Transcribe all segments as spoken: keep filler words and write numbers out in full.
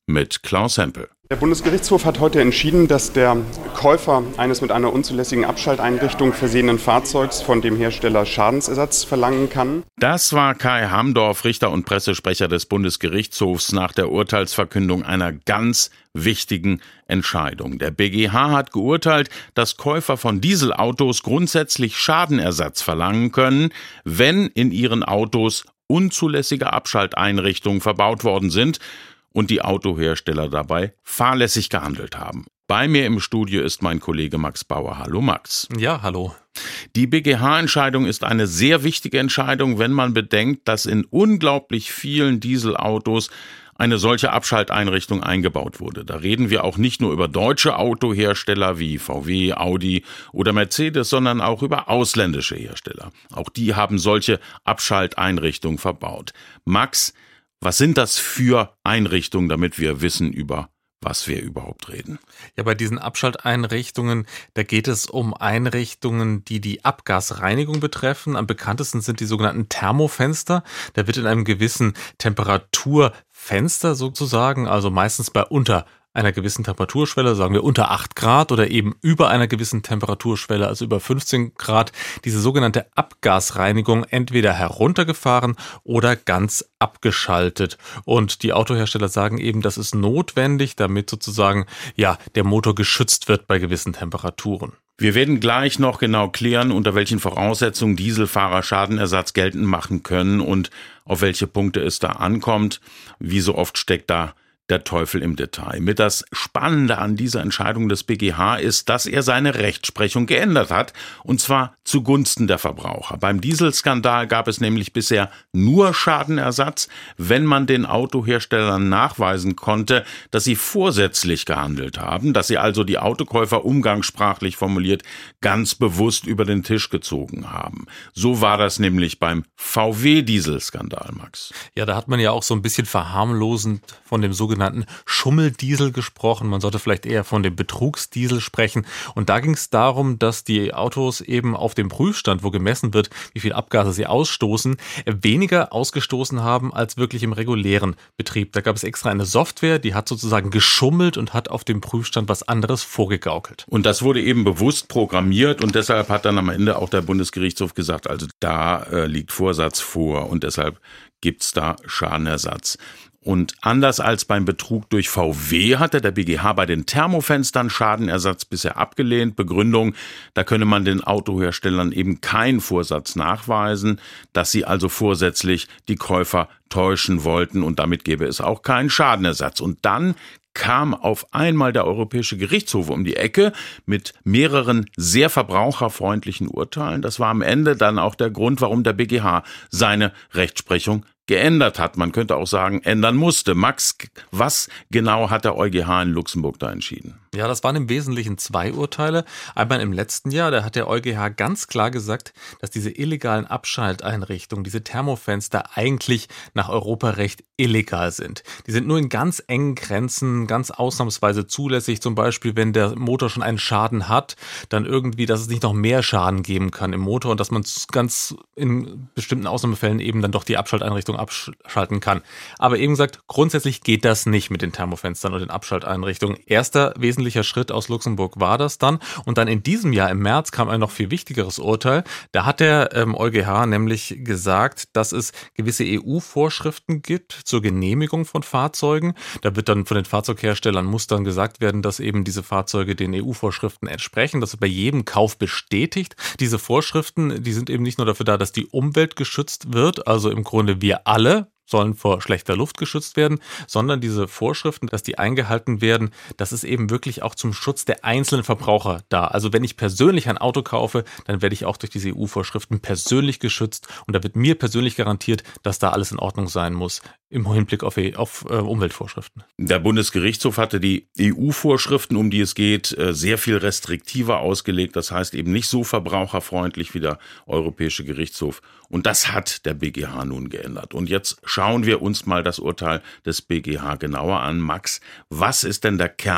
mit Klaus Hempel. Der Bundesgerichtshof hat heute entschieden, dass der Käufer eines mit einer unzulässigen Abschalteinrichtung versehenen Fahrzeugs von dem Hersteller Schadensersatz verlangen kann. Das war Kai Hamdorf, Richter und Pressesprecher des Bundesgerichtshofs, nach der Urteilsverkündung einer ganz wichtigen Entscheidung. Der B G H hat geurteilt, dass Käufer von Dieselautos grundsätzlich Schadenersatz verlangen können, wenn in ihren Autos unzulässige Abschalteinrichtungen verbaut worden sind und die Autohersteller dabei fahrlässig gehandelt haben. Bei mir im Studio ist mein Kollege Max Bauer. Hallo Max. Ja, hallo. Die B G H-Entscheidung ist eine sehr wichtige Entscheidung, wenn man bedenkt, dass in unglaublich vielen Dieselautos eine solche Abschalteinrichtung eingebaut wurde. Da reden wir auch nicht nur über deutsche Autohersteller wie V W, Audi oder Mercedes, sondern auch über ausländische Hersteller. Auch die haben solche Abschalteinrichtungen verbaut. Max, was sind das für Einrichtungen, damit wir wissen, über was wir überhaupt reden? Ja, bei diesen Abschalteinrichtungen, da geht es um Einrichtungen, die die Abgasreinigung betreffen. Am bekanntesten sind die sogenannten Thermofenster. Da wird in einem gewissen Temperaturfenster sozusagen, also meistens bei unter einer gewissen Temperaturschwelle, sagen wir unter acht Grad oder eben über einer gewissen Temperaturschwelle, also über fünfzehn Grad, diese sogenannte Abgasreinigung entweder heruntergefahren oder ganz abgeschaltet. Und die Autohersteller sagen eben, das ist notwendig, damit sozusagen ja der Motor geschützt wird bei gewissen Temperaturen. Wir werden gleich noch genau klären, unter welchen Voraussetzungen Dieselfahrer Schadenersatz geltend machen können und auf welche Punkte es da ankommt. Wie so oft steckt da der Teufel im Detail. Mit das Spannende an dieser Entscheidung des B G H ist, dass er seine Rechtsprechung geändert hat, und zwar zugunsten der Verbraucher. Beim Dieselskandal gab es nämlich bisher nur Schadenersatz, wenn man den Autoherstellern nachweisen konnte, dass sie vorsätzlich gehandelt haben, dass sie also die Autokäufer umgangssprachlich formuliert ganz bewusst über den Tisch gezogen haben. So war das nämlich beim V W-Dieselskandal, Max. Ja, da hat man ja auch so ein bisschen verharmlosend von dem sogenannten sogenannten Schummeldiesel gesprochen. Man sollte vielleicht eher von dem Betrugsdiesel sprechen. Und da ging es darum, dass die Autos eben auf dem Prüfstand, wo gemessen wird, wie viel Abgase sie ausstoßen, weniger ausgestoßen haben als wirklich im regulären Betrieb. Da gab es extra eine Software, die hat sozusagen geschummelt und hat auf dem Prüfstand was anderes vorgegaukelt. Und das wurde eben bewusst programmiert und deshalb hat dann am Ende auch der Bundesgerichtshof gesagt, also da äh, liegt Vorsatz vor und deshalb gibt's da Schadenersatz. Und anders als beim Betrug durch V W hatte der B G H bei den Thermofenstern Schadenersatz bisher abgelehnt. Begründung, da könne man den Autoherstellern eben keinen Vorsatz nachweisen, dass sie also vorsätzlich die Käufer täuschen wollten und damit gäbe es auch keinen Schadenersatz. Und dann kam auf einmal der Europäische Gerichtshof um die Ecke mit mehreren sehr verbraucherfreundlichen Urteilen. Das war am Ende dann auch der Grund, warum der B G H seine Rechtsprechung geändert hat. Man könnte auch sagen, ändern musste. Max, was genau hat der EuGH in Luxemburg da entschieden? Ja, das waren im Wesentlichen zwei Urteile. Einmal im letzten Jahr, da hat der EuGH ganz klar gesagt, dass diese illegalen Abschalteinrichtungen, diese Thermofenster eigentlich nach Europarecht illegal sind. Die sind nur in ganz engen Grenzen, ganz ausnahmsweise zulässig. Zum Beispiel, wenn der Motor schon einen Schaden hat, dann irgendwie, dass es nicht noch mehr Schaden geben kann im Motor und dass man ganz in bestimmten Ausnahmefällen eben dann doch die Abschalteinrichtung abschalten kann. Aber eben gesagt, grundsätzlich geht das nicht mit den Thermofenstern und den Abschalteinrichtungen. Erster wesentlicher Schritt aus Luxemburg war das dann. Und dann in diesem Jahr im März kam ein noch viel wichtigeres Urteil. Da hat der ähm, EuGH nämlich gesagt, dass es gewisse E U-Vorschriften gibt zur Genehmigung von Fahrzeugen. Da wird dann von den Fahrzeugherstellern muss dann gesagt werden, dass eben diese Fahrzeuge den E U-Vorschriften entsprechen. Das wird bei jedem Kauf bestätigt. Diese Vorschriften, die sind eben nicht nur dafür da, dass die Umwelt geschützt wird, also im Grunde wir alle sollen vor schlechter Luft geschützt werden, sondern diese Vorschriften, dass die eingehalten werden, das ist eben wirklich auch zum Schutz der einzelnen Verbraucher da. Also wenn ich persönlich ein Auto kaufe, dann werde ich auch durch diese E U-Vorschriften persönlich geschützt und da wird mir persönlich garantiert, dass da alles in Ordnung sein muss im Hinblick auf, auf äh, Umweltvorschriften. Der Bundesgerichtshof hatte die E U-Vorschriften, um die es geht, sehr viel restriktiver ausgelegt. Das heißt eben nicht so verbraucherfreundlich wie der Europäische Gerichtshof. Und das hat der B G H nun geändert. Und jetzt schauen wir uns mal das Urteil des B G H genauer an. Max, was ist denn der Kern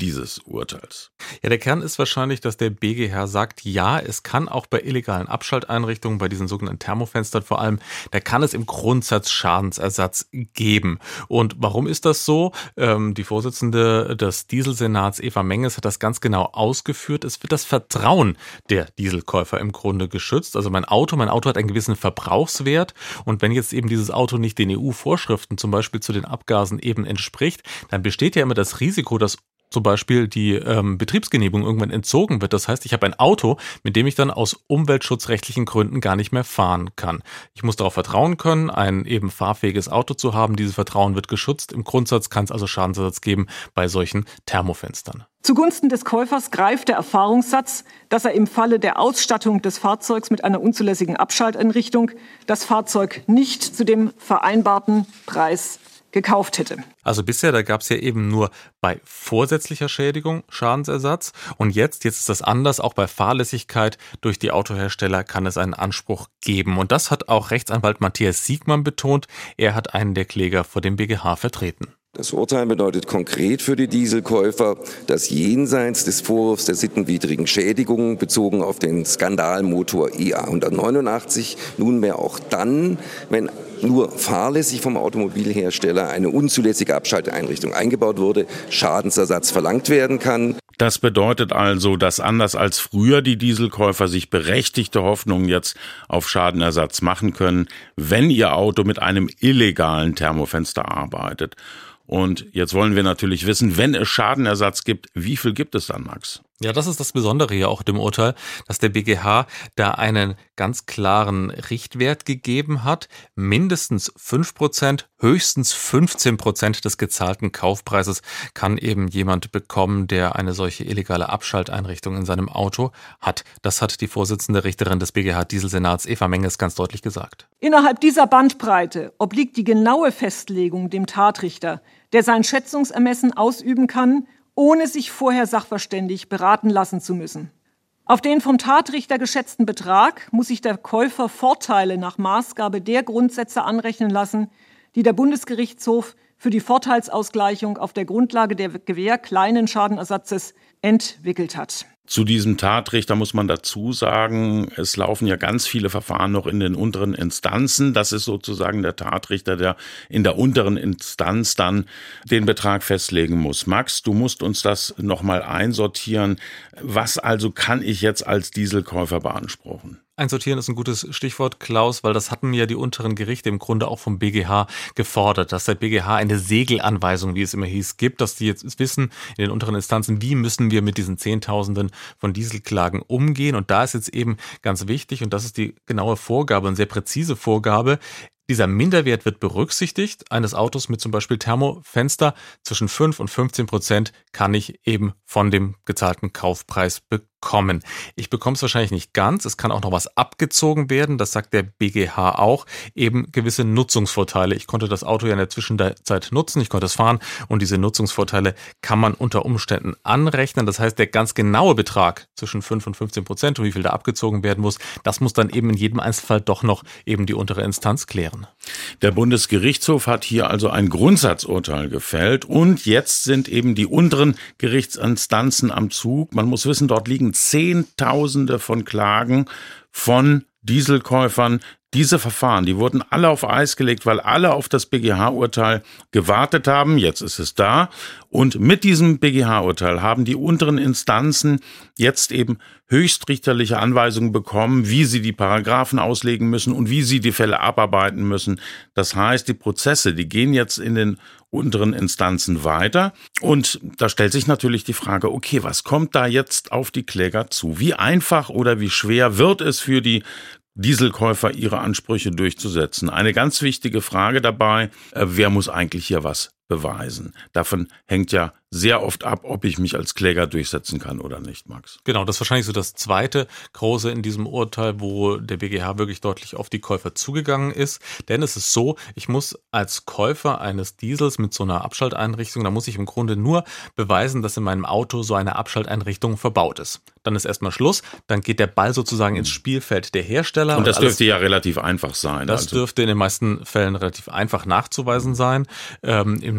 dieses Urteils? Ja, der Kern ist wahrscheinlich, dass der B G H sagt, ja, es kann auch bei illegalen Abschalteinrichtungen, bei diesen sogenannten Thermofenstern vor allem, da kann es im Grundsatz Schadensersatz geben. Und warum ist das so? Ähm, die Vorsitzende des Dieselsenats, Eva Menges, hat das ganz genau ausgeführt. Es wird das Vertrauen der Dieselkäufer im Grunde geschützt. Also mein Auto, mein Auto hat einen gewissen Verbrauchswert. Und wenn jetzt eben dieses Auto nicht den E U-Vorschriften, zum Beispiel zu den Abgasen, eben entspricht, dann besteht ja immer das Risiko, dass zum Beispiel die ähm, Betriebsgenehmigung irgendwann entzogen wird. Das heißt, ich habe ein Auto, mit dem ich dann aus umweltschutzrechtlichen Gründen gar nicht mehr fahren kann. Ich muss darauf vertrauen können, ein eben fahrfähiges Auto zu haben. Dieses Vertrauen wird geschützt. Im Grundsatz kann es also Schadensersatz geben bei solchen Thermofenstern. Zugunsten des Käufers greift der Erfahrungssatz, dass er im Falle der Ausstattung des Fahrzeugs mit einer unzulässigen Abschalteinrichtung das Fahrzeug nicht zu dem vereinbarten Preis gekauft hätte. Also bisher, da gab es ja eben nur bei vorsätzlicher Schädigung Schadensersatz und jetzt, jetzt ist das anders, auch bei Fahrlässigkeit durch die Autohersteller kann es einen Anspruch geben. Und das hat auch Rechtsanwalt Matthias Siegmann betont. Er hat einen der Kläger vor dem B G H vertreten. Das Urteil bedeutet konkret für die Dieselkäufer, dass jenseits des Vorwurfs der sittenwidrigen Schädigung bezogen auf den Skandalmotor I A hundertneunundachtzig nunmehr auch dann, wenn nur fahrlässig vom Automobilhersteller eine unzulässige Abschalteinrichtung eingebaut wurde, Schadensersatz verlangt werden kann. Das bedeutet also, dass anders als früher die Dieselkäufer sich berechtigte Hoffnungen jetzt auf Schadenersatz machen können, wenn ihr Auto mit einem illegalen Thermofenster arbeitet. Und jetzt wollen wir natürlich wissen, wenn es Schadenersatz gibt, wie viel gibt es dann, Max? Ja, das ist das Besondere hier auch dem Urteil, dass der B G H da einen ganz klaren Richtwert gegeben hat. Mindestens fünf Prozent, höchstens fünfzehn Prozent des gezahlten Kaufpreises kann eben jemand bekommen, der eine solche illegale Abschalteinrichtung in seinem Auto hat. Das hat die Vorsitzende Richterin des B G H Dieselsenats Eva Menges ganz deutlich gesagt. Innerhalb dieser Bandbreite obliegt die genaue Festlegung dem Tatrichter, der sein Schätzungsermessen ausüben kann, ohne sich vorher sachverständig beraten lassen zu müssen. Auf den vom Tatrichter geschätzten Betrag muss sich der Käufer Vorteile nach Maßgabe der Grundsätze anrechnen lassen, die der Bundesgerichtshof für die Vorteilsausgleichung auf der Grundlage der Gewähr kleinen Schadenersatzes entwickelt hat. Zu diesem Tatrichter muss man dazu sagen, es laufen ja ganz viele Verfahren noch in den unteren Instanzen. Das ist sozusagen der Tatrichter, der in der unteren Instanz dann den Betrag festlegen muss. Max, du musst uns das nochmal einsortieren. Was also kann ich jetzt als Dieselkäufer beanspruchen? Einsortieren ist ein gutes Stichwort, Klaus, weil das hatten ja die unteren Gerichte im Grunde auch vom B G H gefordert, dass der B G H eine Segelanweisung, wie es immer hieß, gibt, dass die jetzt wissen in den unteren Instanzen, wie müssen wir mit diesen Zehntausenden von Dieselklagen umgehen. Und da ist jetzt eben ganz wichtig, und das ist die genaue Vorgabe, eine sehr präzise Vorgabe, dieser Minderwert wird berücksichtigt, eines Autos mit zum Beispiel Thermofenster. Zwischen fünf und fünfzehn Prozent kann ich eben von dem gezahlten Kaufpreis bekommen. Ich bekomme es wahrscheinlich nicht ganz, es kann auch noch was abgezogen werden, das sagt der B G H auch, eben gewisse Nutzungsvorteile. Ich konnte das Auto ja in der Zwischenzeit nutzen, ich konnte es fahren und diese Nutzungsvorteile kann man unter Umständen anrechnen. Das heißt, der ganz genaue Betrag zwischen fünf und fünfzehn Prozent und wie viel da abgezogen werden muss, das muss dann eben in jedem Einzelfall doch noch eben die untere Instanz klären. Der Bundesgerichtshof hat hier also ein Grundsatzurteil gefällt und jetzt sind eben die unteren Gerichtsinstanzen am Zug. Man muss wissen, dort liegen Zehntausende von Klagen von Dieselkäufern. Diese Verfahren, die wurden alle auf Eis gelegt, weil alle auf das B G H-Urteil gewartet haben. Jetzt ist es da. Und mit diesem B G H-Urteil haben die unteren Instanzen jetzt eben höchstrichterliche Anweisungen bekommen, wie sie die Paragraphen auslegen müssen und wie sie die Fälle abarbeiten müssen. Das heißt, die Prozesse, die gehen jetzt in den unteren Instanzen weiter. Und da stellt sich natürlich die Frage, okay, was kommt da jetzt auf die Kläger zu? Wie einfach oder wie schwer wird es für die Dieselkäufer ihre Ansprüche durchzusetzen? Eine ganz wichtige Frage dabei, äh, wer muss eigentlich hier was beweisen? Davon hängt ja sehr oft ab, ob ich mich als Kläger durchsetzen kann oder nicht, Max. Genau, das ist wahrscheinlich so das zweite große in diesem Urteil, wo der B G H wirklich deutlich auf die Käufer zugegangen ist. Denn es ist so, ich muss als Käufer eines Diesels mit so einer Abschalteinrichtung, da muss ich im Grunde nur beweisen, dass in meinem Auto so eine Abschalteinrichtung verbaut ist. Dann ist erstmal Schluss, dann geht der Ball sozusagen ins Spielfeld der Hersteller. Und das und alles, dürfte ja relativ einfach sein. Das also. dürfte in den meisten Fällen relativ einfach nachzuweisen sein. Ähm, im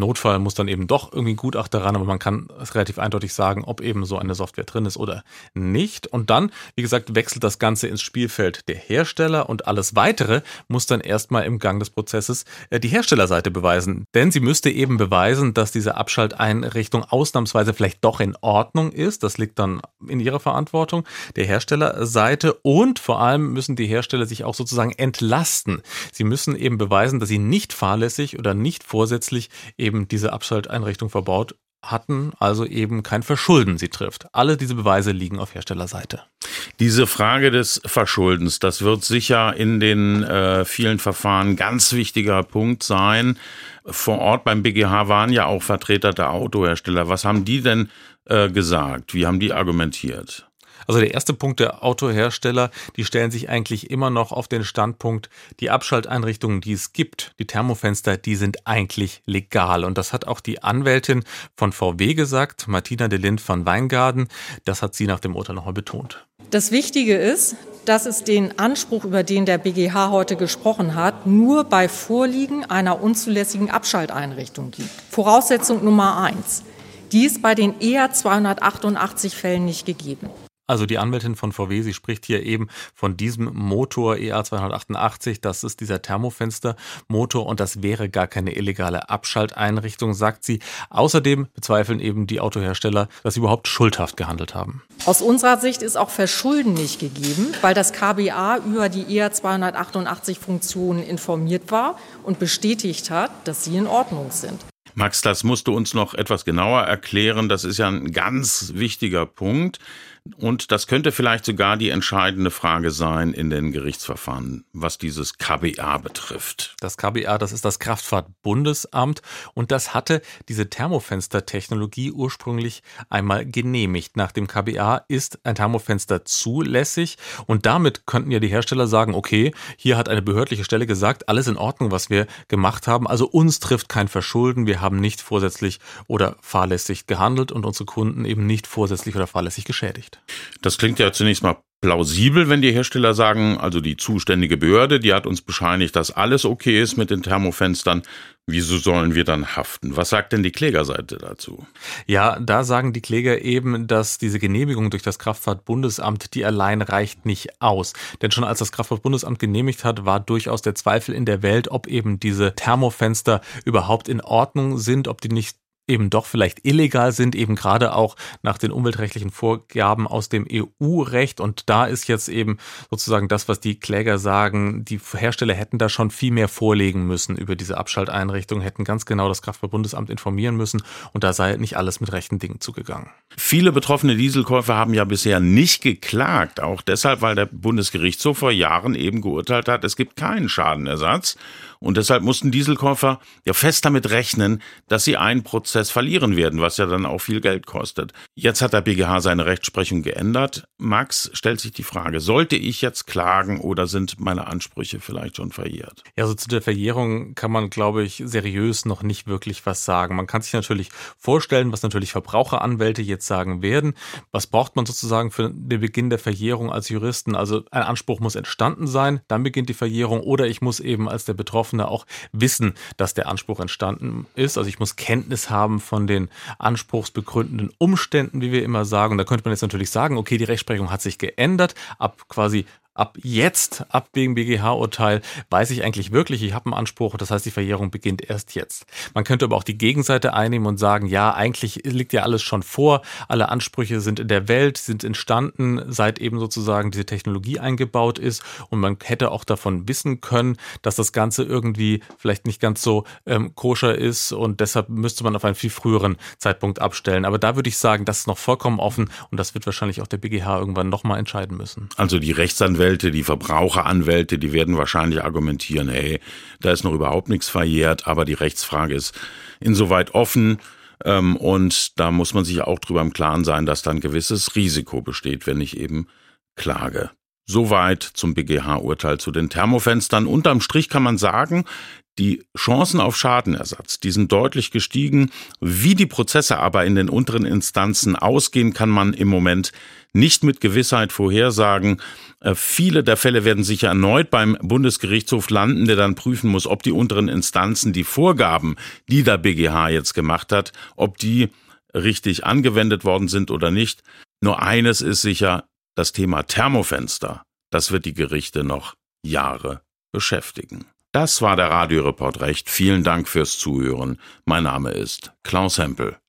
Notfall muss dann eben doch irgendwie ein Gutachter ran, aber man kann relativ eindeutig sagen, ob eben so eine Software drin ist oder nicht. Und dann, wie gesagt, wechselt das Ganze ins Spielfeld der Hersteller und alles Weitere muss dann erstmal im Gang des Prozesses die Herstellerseite beweisen. Denn sie müsste eben beweisen, dass diese Abschalteinrichtung ausnahmsweise vielleicht doch in Ordnung ist. Das liegt dann in ihrer Verantwortung der Herstellerseite und vor allem müssen die Hersteller sich auch sozusagen entlasten. Sie müssen eben beweisen, dass sie nicht fahrlässig oder nicht vorsätzlich eben diese Abschalteinrichtung verbaut hatten, also eben kein Verschulden sie trifft. Alle diese Beweise liegen auf Herstellerseite. Diese Frage des Verschuldens, das wird sicher in den äh, vielen Verfahren ganz wichtiger Punkt sein. Vor Ort beim B G H waren ja auch Vertreter der Autohersteller. Was haben die denn äh, gesagt? Wie haben die argumentiert? Also der erste Punkt der Autohersteller, die stellen sich eigentlich immer noch auf den Standpunkt, die Abschalteinrichtungen, die es gibt, die Thermofenster, die sind eigentlich legal. Und das hat auch die Anwältin von V W gesagt, Martina de Lind van Wijngaarden. Das hat sie nach dem Urteil nochmal betont. Das Wichtige ist, dass es den Anspruch, über den der B G H heute gesprochen hat, nur bei Vorliegen einer unzulässigen Abschalteinrichtung gibt. Voraussetzung Nummer eins. Die ist bei den E A zweihundertachtundachtzig Fällen nicht gegeben. Also die Anwältin von V W, sie spricht hier eben von diesem Motor E A zweihundertachtundachtzig, das ist dieser Thermofenstermotor und das wäre gar keine illegale Abschalteinrichtung, sagt sie. Außerdem bezweifeln eben die Autohersteller, dass sie überhaupt schuldhaft gehandelt haben. Aus unserer Sicht ist auch Verschulden nicht gegeben, weil das K B A über die E A zweihundertachtundachtzig Funktionen informiert war und bestätigt hat, dass sie in Ordnung sind. Max, das musst du uns noch etwas genauer erklären. Das ist ja ein ganz wichtiger Punkt. Und das könnte vielleicht sogar die entscheidende Frage sein in den Gerichtsverfahren, was dieses K B A betrifft. Das K B A, das ist das Kraftfahrtbundesamt und das hatte diese Thermofenstertechnologie ursprünglich einmal genehmigt. Nach dem K B A ist ein Thermofenster zulässig und damit könnten ja die Hersteller sagen, okay, hier hat eine behördliche Stelle gesagt, alles in Ordnung, was wir gemacht haben, also uns trifft kein Verschulden, wir haben nicht vorsätzlich oder fahrlässig gehandelt und unsere Kunden eben nicht vorsätzlich oder fahrlässig geschädigt. Das klingt ja zunächst mal plausibel, wenn die Hersteller sagen, also die zuständige Behörde, die hat uns bescheinigt, dass alles okay ist mit den Thermofenstern. Wieso sollen wir dann haften? Was sagt denn die Klägerseite dazu? Ja, da sagen die Kläger eben, dass diese Genehmigung durch das Kraftfahrtbundesamt, die allein reicht nicht aus. Denn schon als das Kraftfahrtbundesamt genehmigt hat, war durchaus der Zweifel in der Welt, ob eben diese Thermofenster überhaupt in Ordnung sind, ob die nicht eben doch vielleicht illegal sind, eben gerade auch nach den umweltrechtlichen Vorgaben aus dem E U-Recht. Und da ist jetzt eben sozusagen das, was die Kläger sagen, die Hersteller hätten da schon viel mehr vorlegen müssen über diese Abschalteinrichtung, hätten ganz genau das Kraftfahrtbundesamt informieren müssen und da sei nicht alles mit rechten Dingen zugegangen. Viele betroffene Dieselkäufer haben ja bisher nicht geklagt, auch deshalb, weil der Bundesgerichtshof vor Jahren eben geurteilt hat, es gibt keinen Schadenersatz. Und deshalb mussten Dieselkäufer ja fest damit rechnen, dass sie einen Prozess verlieren werden, was ja dann auch viel Geld kostet. Jetzt hat der B G H seine Rechtsprechung geändert. Max, stellt sich die Frage, sollte ich jetzt klagen oder sind meine Ansprüche vielleicht schon verjährt? Ja, also zu der Verjährung kann man, glaube ich, seriös noch nicht wirklich was sagen. Man kann sich natürlich vorstellen, was natürlich Verbraucheranwälte jetzt sagen werden. Was braucht man sozusagen für den Beginn der Verjährung als Juristen? Also ein Anspruch muss entstanden sein, dann beginnt die Verjährung oder ich muss eben als der Betroffene auch wissen, dass der Anspruch entstanden ist. Also ich muss Kenntnis haben von den anspruchsbegründenden Umständen, wie wir immer sagen. Und da könnte man jetzt natürlich sagen, okay, die Rechtsprechung hat sich geändert, ab quasi Ab jetzt, ab dem B G H-Urteil, weiß ich eigentlich wirklich, ich habe einen Anspruch. Das heißt, die Verjährung beginnt erst jetzt. Man könnte aber auch die Gegenseite einnehmen und sagen, ja, eigentlich liegt ja alles schon vor. Alle Ansprüche sind in der Welt, sind entstanden, seit eben sozusagen diese Technologie eingebaut ist. Und man hätte auch davon wissen können, dass das Ganze irgendwie vielleicht nicht ganz so ähm, koscher ist. Und deshalb müsste man auf einen viel früheren Zeitpunkt abstellen. Aber da würde ich sagen, das ist noch vollkommen offen. Und das wird wahrscheinlich auch der B G H irgendwann nochmal entscheiden müssen. Also die Rechtsanwälte, die Verbraucheranwälte, die werden wahrscheinlich argumentieren, hey, da ist noch überhaupt nichts verjährt, aber die Rechtsfrage ist insoweit offen ähm, und da muss man sich auch drüber im Klaren sein, dass da ein gewisses Risiko besteht, wenn ich eben klage. Soweit zum B G H-Urteil zu den Thermofenstern. Unterm Strich kann man sagen, die Chancen auf Schadenersatz, die sind deutlich gestiegen. Wie die Prozesse aber in den unteren Instanzen ausgehen, kann man im Moment nicht mit Gewissheit vorhersagen. Äh, viele der Fälle werden sicher erneut beim Bundesgerichtshof landen, der dann prüfen muss, ob die unteren Instanzen die Vorgaben, die der B G H jetzt gemacht hat, ob die richtig angewendet worden sind oder nicht. Nur eines ist sicher, das Thema Thermofenster, das wird die Gerichte noch Jahre beschäftigen. Das war der Radioreport Recht. Vielen Dank fürs Zuhören. Mein Name ist Klaus Hempel.